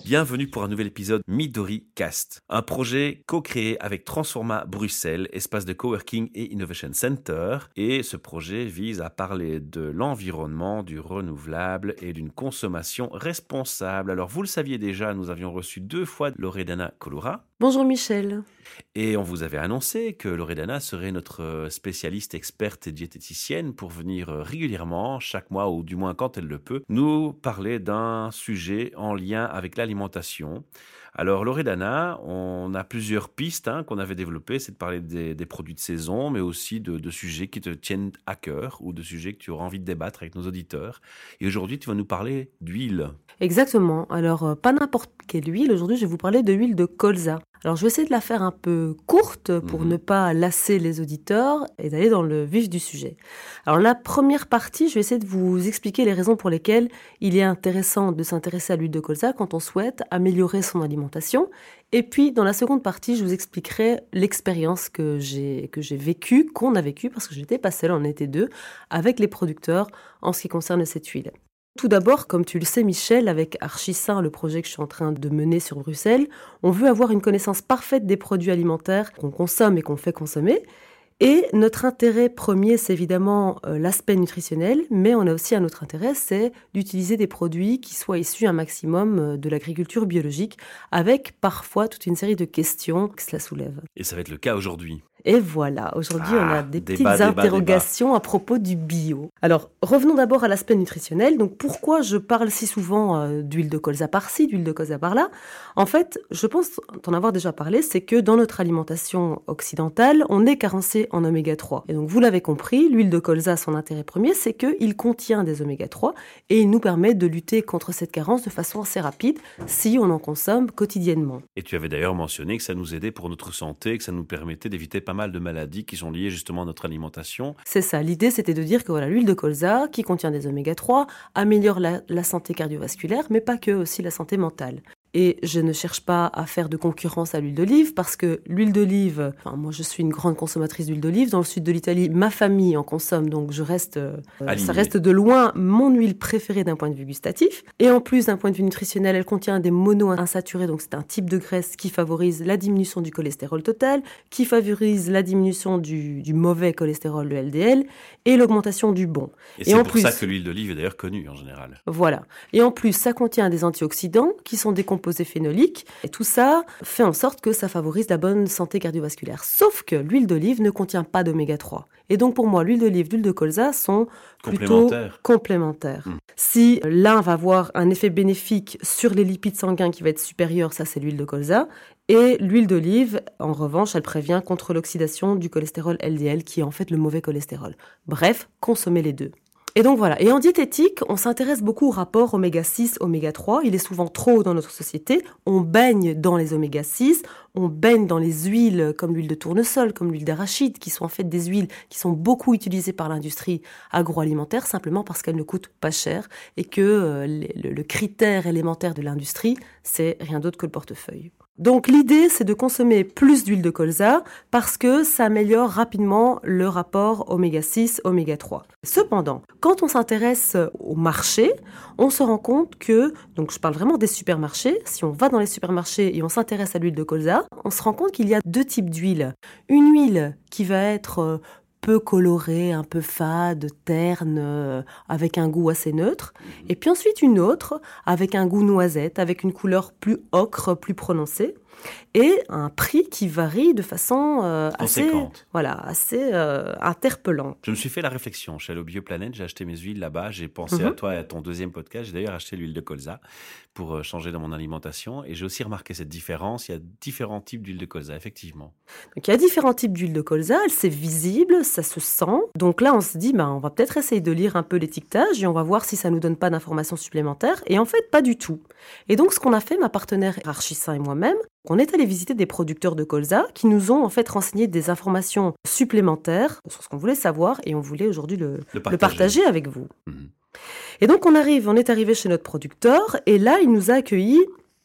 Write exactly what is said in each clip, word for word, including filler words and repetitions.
Bienvenue pour un nouvel épisode Midori Cast, un projet co-créé avec Transforma Bruxelles, espace de coworking et innovation center. Et ce projet vise à parler de l'environnement, du renouvelable et d'une consommation responsable. Alors vous le saviez déjà, nous avions reçu deux fois Loredana Kollura. Bonjour Michel. Et on vous avait annoncé que Loredana serait notre spécialiste experte et diététicienne pour venir régulièrement, chaque mois ou du moins quand elle le peut, nous parler d'un sujet en lien avec l'alimentation. Alors Loredana, on a plusieurs pistes hein, qu'on avait développées, c'est de parler des, des produits de saison, mais aussi de, de sujets qui te tiennent à cœur ou de sujets que tu auras envie de débattre avec nos auditeurs. Et aujourd'hui, tu vas nous parler d'huile. Exactement. Alors, euh, pas n'importe quelle huile. Aujourd'hui, je vais vous parler de l'huile de colza. Alors, je vais essayer de la faire un peu courte pour mmh. ne pas lasser les auditeurs et d'aller dans le vif du sujet. Alors, la première partie, je vais essayer de vous expliquer les raisons pour lesquelles il est intéressant de s'intéresser à l'huile de colza quand on souhaite améliorer son alimentation. Et puis, dans la seconde partie, je vous expliquerai l'expérience que j'ai, que j'ai vécue, qu'on a vécue, parce que je n'étais pas seule, on était deux, avec les producteurs en ce qui concerne cette huile. Tout d'abord, comme tu le sais Michel, avec Archisain, le projet que je suis en train de mener sur Bruxelles, on veut avoir une connaissance parfaite des produits alimentaires qu'on consomme et qu'on fait consommer. Et notre intérêt premier, c'est évidemment euh, l'aspect nutritionnel, mais on a aussi un autre intérêt, c'est d'utiliser des produits qui soient issus un maximum euh, de l'agriculture biologique, avec parfois toute une série de questions que cela soulève. Et ça va être le cas aujourd'hui. Et voilà, aujourd'hui ah, on a des débat, petites débat, interrogations débat. à propos du bio. Alors, revenons d'abord à l'aspect nutritionnel. Donc, pourquoi je parle si souvent euh, d'huile de colza par-ci, d'huile de colza par-là ? En fait, je pense t'en avoir déjà parlé, c'est que dans notre alimentation occidentale, on est carencé en oméga trois. Et donc, vous l'avez compris, l'huile de colza, son intérêt premier, c'est qu'il contient des oméga trois et il nous permet de lutter contre cette carence de façon assez rapide si on en consomme quotidiennement. Et tu avais d'ailleurs mentionné que ça nous aidait pour notre santé, que ça nous permettait d'éviter pas mal de maladies qui sont liées justement à notre alimentation. C'est ça, l'idée c'était de dire que voilà, l'huile de colza, qui contient des oméga trois, améliore la, la santé cardiovasculaire, mais pas que, aussi la santé mentale. Et je ne cherche pas à faire de concurrence à l'huile d'olive parce que l'huile d'olive, enfin moi je suis une grande consommatrice d'huile d'olive. Dans le sud de l'Italie, ma famille en consomme, donc je reste, euh, ça reste de loin mon huile préférée d'un point de vue gustatif. Et en plus d'un point de vue nutritionnel, elle contient des monoinsaturés, donc c'est un type de graisse qui favorise la diminution du cholestérol total, qui favorise la diminution du, du mauvais cholestérol, le L D L, et l'augmentation du bon. Et, et c'est en pour plus, ça que l'huile d'olive est d'ailleurs connue en général. Voilà. Et en plus, ça contient des antioxydants qui sont des composés phénoliques. Et tout ça fait en sorte que ça favorise la bonne santé cardiovasculaire. Sauf que l'huile d'olive ne contient pas d'oméga trois. Et donc pour moi, l'huile d'olive et l'huile de colza sont plutôt complémentaires. Mmh. Si l'un va avoir un effet bénéfique sur les lipides sanguins qui va être supérieur, ça c'est l'huile de colza. Et l'huile d'olive, en revanche, elle prévient contre l'oxydation du cholestérol L D L, qui est en fait le mauvais cholestérol. Bref, consommez les deux. Et donc voilà. Et en diététique, on s'intéresse beaucoup au rapport oméga six, oméga trois. Il est souvent trop haut dans notre société. On baigne dans les oméga six, on baigne dans les huiles comme l'huile de tournesol, comme l'huile d'arachide, qui sont en fait des huiles qui sont beaucoup utilisées par l'industrie agroalimentaire, simplement parce qu'elles ne coûtent pas cher et que euh, le, le critère élémentaire de l'industrie, c'est rien d'autre que le portefeuille. Donc l'idée, c'est de consommer plus d'huile de colza parce que ça améliore rapidement le rapport oméga six, oméga trois. Cependant, quand on s'intéresse au marché, on se rend compte que, donc je parle vraiment des supermarchés, si on va dans les supermarchés et on s'intéresse à l'huile de colza, on se rend compte qu'il y a deux types d'huile. Une huile qui va être peu colorée, un peu fade, terne, euh, avec un goût assez neutre. Et puis ensuite une autre, avec un goût noisette, avec une couleur plus ocre, plus prononcée. Et un prix qui varie de façon euh, assez, voilà, assez euh, interpellante. Je me suis fait la réflexion. Je suis allé au Bioplanète, j'ai acheté mes huiles là-bas. J'ai pensé mm-hmm. à toi et à ton deuxième podcast. J'ai d'ailleurs acheté l'huile de colza pour euh, changer dans mon alimentation. Et j'ai aussi remarqué cette différence. Il y a différents types d'huile de colza, effectivement. Donc il y a différents types d'huile de colza. C'est visible, ça se sent. Donc là, on se dit, ben, on va peut-être essayer de lire un peu l'étiquetage et on va voir si ça nous donne pas d'informations supplémentaires. Et en fait, pas du tout. Et donc, ce qu'on a fait, ma partenaire Archisain et moi-même, on est allé visiter des producteurs de colza qui nous ont en fait renseigné des informations supplémentaires sur ce qu'on voulait savoir et on voulait aujourd'hui le, le, partager. le partager avec vous. Mmh. Et donc on arrive, on est arrivé chez notre producteur et là il nous a accueillis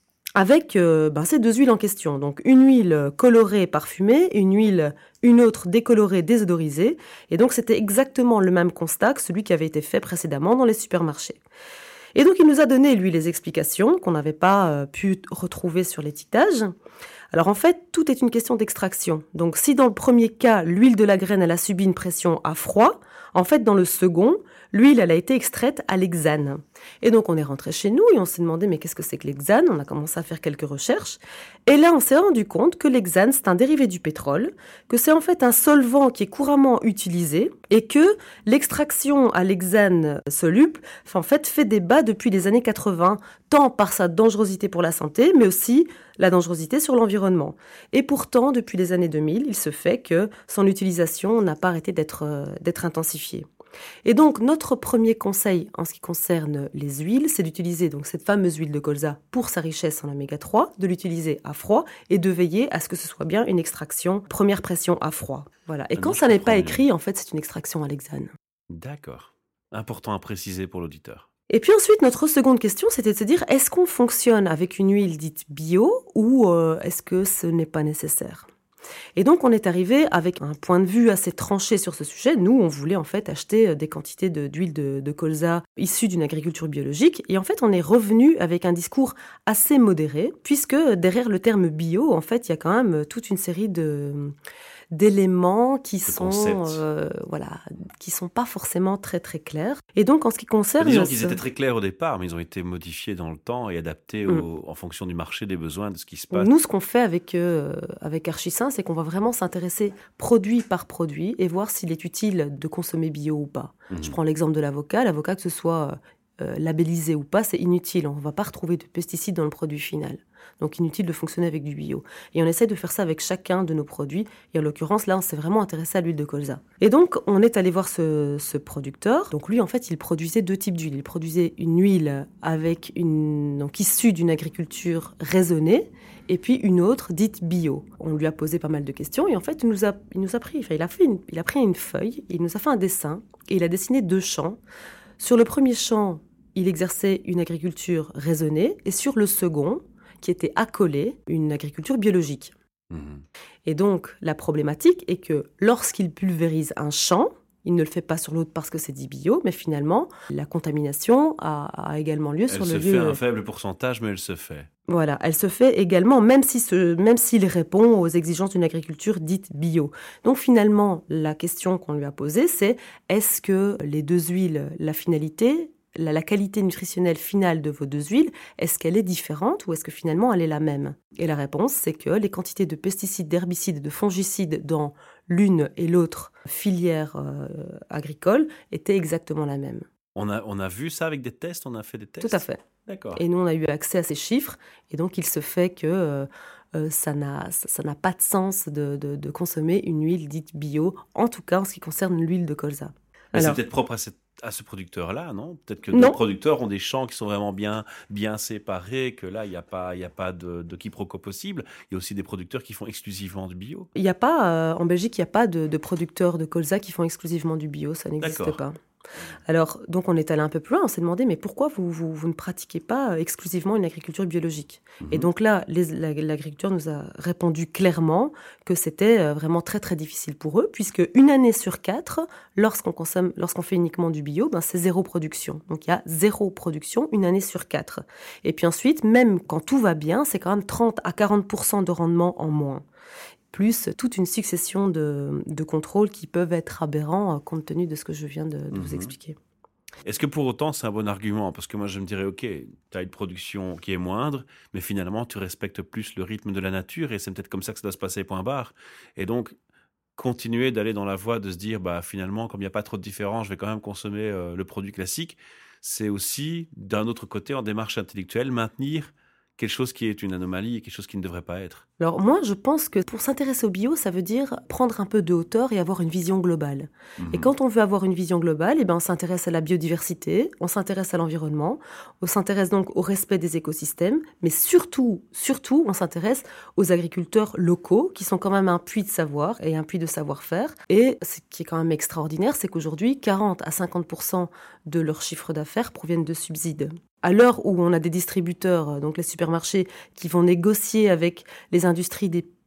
avec euh, ben, ces deux huiles en question. Donc une huile colorée parfumée, une huile, une autre décolorée désodorisée. Et donc c'était exactement le même constat que celui qui avait été fait précédemment dans les supermarchés. Et donc, il nous a donné, lui, les explications qu'on n'avait pas euh, pu retrouver sur l'étiquetage. Alors, en fait, tout est une question d'extraction. Donc, si dans le premier cas, l'huile de la graine, elle a subi une pression à froid, en fait, dans le second, l'huile, elle a été extraite à l'hexane. Et donc, on est rentré chez nous et on s'est demandé, mais qu'est-ce que c'est que l'hexane ? On a commencé à faire quelques recherches. Et là, on s'est rendu compte que l'hexane, c'est un dérivé du pétrole, que c'est en fait un solvant qui est couramment utilisé et que l'extraction à l'hexane soluble, en fait, fait débat depuis les années quatre-vingts, tant par sa dangerosité pour la santé, mais aussi la dangerosité sur l'environnement. Et pourtant, depuis les années deux mille, il se fait que son utilisation n'a pas arrêté d'être, euh, d'être intensifiée. Et donc, notre premier conseil en ce qui concerne les huiles, c'est d'utiliser donc cette fameuse huile de colza pour sa richesse en oméga trois, de l'utiliser à froid et de veiller à ce que ce soit bien une extraction première pression à froid. Voilà. Et Ah quand non, je ça n'est comprends pas mieux. écrit, en fait, c'est une extraction à l'hexane. D'accord. Important à préciser pour l'auditeur. Et puis ensuite, notre seconde question, c'était de se dire, est-ce qu'on fonctionne avec une huile dite bio ou euh, est-ce que ce n'est pas nécessaire ? Et donc, on est arrivé avec un point de vue assez tranché sur ce sujet. Nous, on voulait en fait acheter des quantités de, d'huile de, de colza issues d'une agriculture biologique. Et en fait, on est revenu avec un discours assez modéré, puisque derrière le terme bio, en fait, il y a quand même toute une série de... d'éléments qui De sont concepts. euh, voilà qui sont pas forcément très très clairs. Et donc en ce qui concerne Disons qu'ils ce- étaient très clairs au départ, mais ils ont été modifiés dans le temps et adaptés Mm. au- en fonction du marché, des besoins, de ce qui se passe. Nous, ce qu'on fait avec, euh, avec Archisain, c'est qu'on va vraiment s'intéresser produit par produit et voir s'il est utile de consommer bio ou pas. Mhm. Je prends l'exemple de l'avocat. L'avocat, que ce soit euh, labellisé ou pas, c'est inutile. On ne va pas retrouver de pesticides dans le produit final. Donc, inutile de fonctionner avec du bio. Et on essaie de faire ça avec chacun de nos produits. Et en l'occurrence, là, on s'est vraiment intéressé à l'huile de colza. Et donc, on est allé voir ce, ce producteur. Donc, lui, en fait, il produisait deux types d'huile. Il produisait une huile avec une, donc, issue d'une agriculture raisonnée et puis une autre dite bio. On lui a posé pas mal de questions et en fait, il nous a, il nous a pris, enfin, il a fait une, il a pris une feuille, il nous a fait un dessin et il a dessiné deux champs. Sur le premier champ, il exerçait une agriculture raisonnée et sur le second, qui était accolé, une agriculture biologique. Mhm. Et donc, la problématique est que lorsqu'il pulvérise un champ, il ne le fait pas sur l'autre parce que c'est dit bio, mais finalement, la contamination a, a également lieu Elle sur se le fait lieu. un faible pourcentage, mais elle se fait. Voilà, elle se fait également, même si ce, même s'il répond aux exigences d'une agriculture dite bio. Donc finalement, la question qu'on lui a posée, c'est est-ce que les deux huiles, la finalité, la, la qualité nutritionnelle finale de vos deux huiles, est-ce qu'elle est différente ou est-ce que finalement elle est la même ? Et la réponse, c'est que les quantités de pesticides, d'herbicides, de fongicides dans l'une et l'autre filière euh, agricole étaient exactement la même. On a, on a vu ça avec des tests, on a fait des tests. Tout à fait. D'accord. Et nous, on a eu accès à ces chiffres. Et donc, il se fait que euh, euh, ça, n'a, ça, ça n'a pas de sens de, de, de consommer une huile dite bio, en tout cas en ce qui concerne l'huile de colza. Mais Alors, c'est peut-être propre à, cette- à ce producteur-là, non ? Peut-être que Non. d'autres producteurs ont des champs qui sont vraiment bien, bien séparés, que là, il n'y a pas, il y a pas de, de quiproquo possible. Il y a aussi des producteurs qui font exclusivement du bio. il n'y a pas, euh, en Belgique, il n'y a pas de, de producteurs de colza qui font exclusivement du bio. Ça n'existe D'accord. pas. Alors, donc, on est allé un peu plus loin. On s'est demandé, mais pourquoi vous, vous, vous ne pratiquez pas exclusivement une agriculture biologique ? Mhm. Et donc là, les, la- l'agriculteur nous a répondu clairement que c'était euh, vraiment très, très difficile pour eux, puisque une année sur quatre, lorsqu'on consomme, lorsqu'on fait uniquement du bio, ben, c'est zéro production. Donc, il y a zéro production une année sur quatre. Et puis ensuite, même quand tout va bien, c'est quand même trente à quarante pour cent de rendement en moins. Plus toute une succession de, de contrôles qui peuvent être aberrants euh, compte tenu de ce que je viens de, de vous Mhm. expliquer. Est-ce que pour autant, c'est un bon argument ? Parce que moi, je me dirais, OK, tu as une production qui est moindre, mais finalement, tu respectes plus le rythme de la nature et c'est peut-être comme ça que ça doit se passer, point barre. Et donc, continuer d'aller dans la voie de se dire, bah, finalement, comme il n'y a pas trop de différence, je vais quand même consommer euh, le produit classique, c'est aussi, d'un autre côté, en démarche intellectuelle, maintenir quelque chose qui est une anomalie et quelque chose qui ne devrait pas être. Alors moi, je pense que pour s'intéresser au bio, ça veut dire prendre un peu de hauteur et avoir une vision globale. Et Mhm. quand on veut avoir une vision globale, eh ben, on s'intéresse à la biodiversité, on s'intéresse à l'environnement, on s'intéresse donc au respect des écosystèmes, mais surtout, surtout, on s'intéresse aux agriculteurs locaux qui sont quand même un puits de savoir et un puits de savoir-faire. Et ce qui est quand même extraordinaire, c'est qu'aujourd'hui, quarante à cinquante pour cent de leur chiffre d'affaires proviennent de subsides. À l'heure où on a des distributeurs, donc les supermarchés, qui vont négocier avec les industries des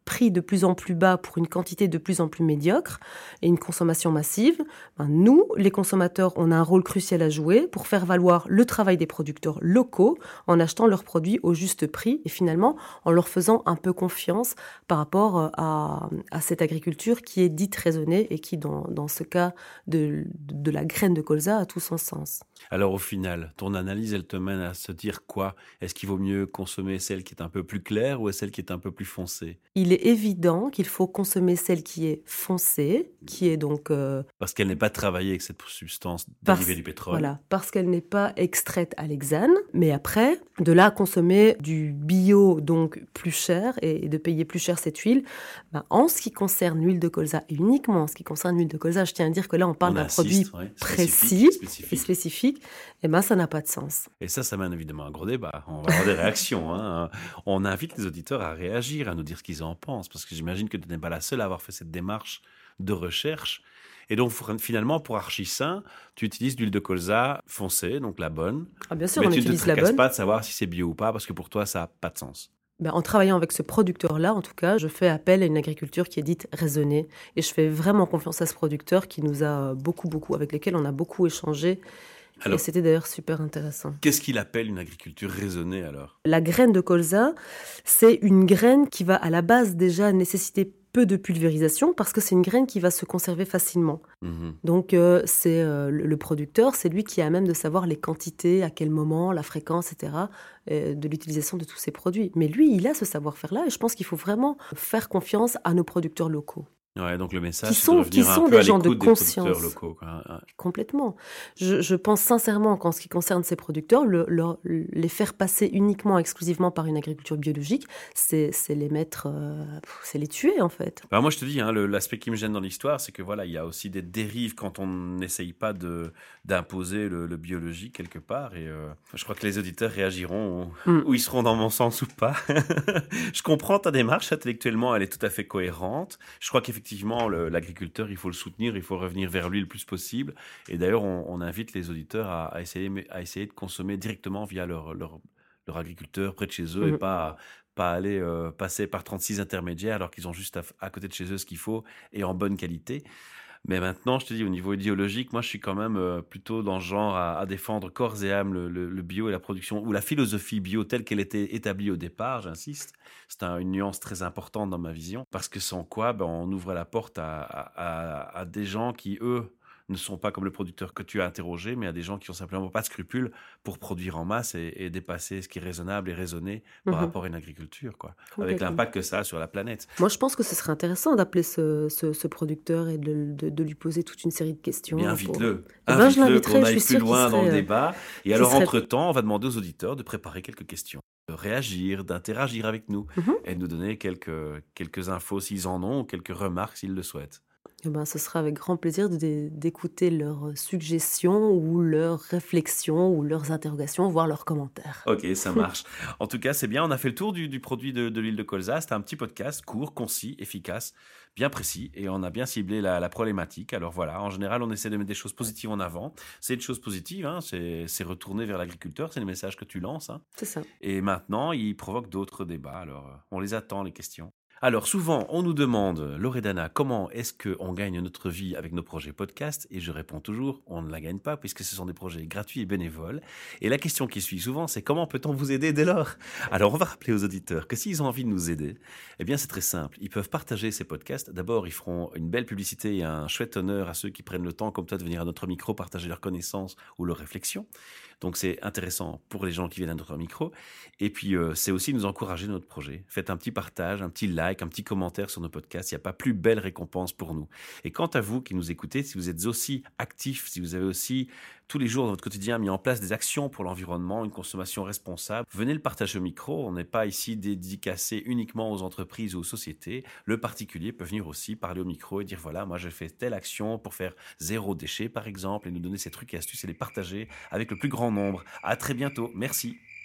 prix de plus en plus bas pour une quantité de plus en plus médiocre et une consommation massive, ben nous, les consommateurs, on a un rôle crucial à jouer pour faire valoir le travail des producteurs locaux en achetant leurs produits au juste prix et finalement en leur faisant un peu confiance par rapport à, à cette agriculture qui est dite raisonnée et qui, dans, dans ce cas de, de la graine de colza, a tout son sens. Alors au final, ton analyse, elle te mène à se dire quoi? Est-ce qu'il vaut mieux consommer celle qui est un peu plus claire ou celle qui est un peu plus foncée? Il est évident qu'il faut consommer celle qui est foncée, qui est donc... Euh, Parce qu'elle n'est pas travaillée avec cette substance parce, dérivée du pétrole. Voilà, parce qu'elle n'est pas extraite à l'hexane. Mais après, de là à consommer du bio, donc plus cher, et, et de payer plus cher cette huile, ben, en ce qui concerne l'huile de colza, et uniquement en ce qui concerne l'huile de colza, je tiens à dire que là, on parle On d'un insiste, produit ouais, précis spécifique. et spécifique, et ben ça n'a pas de sens. Et ça, ça mène évidemment à un gros débat. On va avoir des réactions. Hein. On invite les auditeurs à réagir, à nous dire ce qu'ils en pensent, parce que j'imagine que tu n'es pas la seule à avoir fait cette démarche de recherche. Et donc, finalement, pour Archisain, tu utilises de l'huile de colza foncée, donc la bonne. Ah bien sûr, mais on tu utilise ne te la tracasses bonne. pas de savoir si c'est bio ou pas, parce que pour toi, ça n'a pas de sens. Ben, en travaillant avec ce producteur-là, en tout cas, je fais appel à une agriculture qui est dite raisonnée. Et je fais vraiment confiance à ce producteur qui nous a beaucoup, beaucoup, avec lequel on a beaucoup échangé. Alors, et c'était d'ailleurs super intéressant. Qu'est-ce qu'il appelle une agriculture raisonnée alors? La graine de colza, c'est une graine qui va à la base déjà nécessiter peu de pulvérisation parce que c'est une graine qui va se conserver facilement. Mmh. Donc euh, c'est euh, le producteur, c'est lui qui est à même de savoir les quantités, à quel moment, la fréquence, et cetera euh, de l'utilisation de tous ces produits. Mais lui, il a ce savoir-faire-là et je pense qu'il faut vraiment faire confiance à nos producteurs locaux. Ouais, donc le message, qui c'est sont, de revenir qui un sont peu des à gens de l'écoute des conscience. producteurs locaux. Quoi. Complètement. Je, je pense sincèrement qu'en ce qui concerne ces producteurs, le, le, les faire passer uniquement, exclusivement par une agriculture biologique, c'est, c'est les mettre, euh, c'est les tuer en fait. Alors moi je te dis, hein, le, l'aspect qui me gêne dans l'histoire, c'est que voilà, il y a aussi des dérives quand on n'essaye pas de, d'imposer le, le biologique quelque part. Et euh, je crois que les auditeurs réagiront ou, mm. ou ils seront dans mon sens ou pas. Je comprends ta démarche intellectuellement, elle est tout à fait cohérente. Je crois qu'effectivement, le, l'agriculteur, il faut le soutenir, il faut revenir vers lui le plus possible. Et d'ailleurs, on, on invite les auditeurs à, à, essayer, à essayer de consommer directement via leur, leur, leur agriculteur près de chez eux mmh. et pas, pas aller euh, passer par trente-six intermédiaires alors qu'ils ont juste à, à côté de chez eux ce qu'il faut et en bonne qualité. Mais maintenant, je te dis, au niveau idéologique, moi, je suis quand même euh, plutôt dans le genre à, à défendre corps et âme le, le, le bio et la production, ou la philosophie bio telle qu'elle était établie au départ, j'insiste. C'est un, une nuance très importante dans ma vision, parce que sans quoi, ben, on ouvre la porte à, à, à des gens qui, eux, ne sont pas comme le producteur que tu as interrogé, mais à des gens qui ont simplement pas de scrupules pour produire en masse et, et dépasser ce qui est raisonnable et raisonné par mmh. rapport à une agriculture, quoi, avec l'impact que ça a sur la planète. Moi, je pense que ce serait intéressant d'appeler ce, ce, ce producteur et de, de, de lui poser toute une série de questions. Mais invite-le, pour... invite-le, ben, qu'on aille plus loin serait, dans le débat. Et alors, serait... entre-temps, on va demander aux auditeurs de préparer quelques questions, de réagir, d'interagir avec nous mmh. et de nous donner quelques, quelques infos s'ils en ont, ou quelques remarques s'ils le souhaitent. Eh ben, ce sera avec grand plaisir de, d'écouter leurs suggestions ou leurs réflexions ou leurs interrogations, voire leurs commentaires. Ok, ça marche. En tout cas, c'est bien. On a fait le tour du, du produit de, de l'huile de colza. C'était un petit podcast court, concis, efficace, bien précis. Et on a bien ciblé la, la problématique. Alors voilà, en général, on essaie de mettre des choses positives en avant. C'est une chose positive, hein. c'est, c'est retourner vers l'agriculteur. C'est le message que tu lances. Hein. C'est ça. Et maintenant, il provoque d'autres débats. Alors, on les attend, les questions. Alors souvent, on nous demande, Loredana, comment est-ce qu'on gagne notre vie avec nos projets podcast? Et je réponds toujours, on ne la gagne pas puisque ce sont des projets gratuits et bénévoles. Et la question qui suit souvent, c'est comment peut-on vous aider dès lors? Alors on va rappeler aux auditeurs que s'ils ont envie de nous aider, eh bien c'est très simple. Ils peuvent partager ces podcasts. D'abord, ils feront une belle publicité et un chouette honneur à ceux qui prennent le temps, comme toi, de venir à notre micro, partager leurs connaissances ou leurs réflexions. Donc c'est intéressant pour les gens qui viennent à notre micro. Et puis euh, c'est aussi nous encourager notre projet. Faites un petit partage, un petit like, un petit commentaire sur nos podcasts. Il n'y a pas plus belle récompense pour nous. Et quant à vous qui nous écoutez, si vous êtes aussi actifs, si vous avez aussi tous les jours dans votre quotidien mis en place des actions pour l'environnement, une consommation responsable, venez le partager au micro. On n'est pas ici dédicacé uniquement aux entreprises ou aux sociétés. Le particulier peut venir aussi parler au micro et dire voilà, moi je fais telle action pour faire zéro déchet par exemple et nous donner ces trucs et astuces et les partager avec le plus grand nombre. À très bientôt. Merci.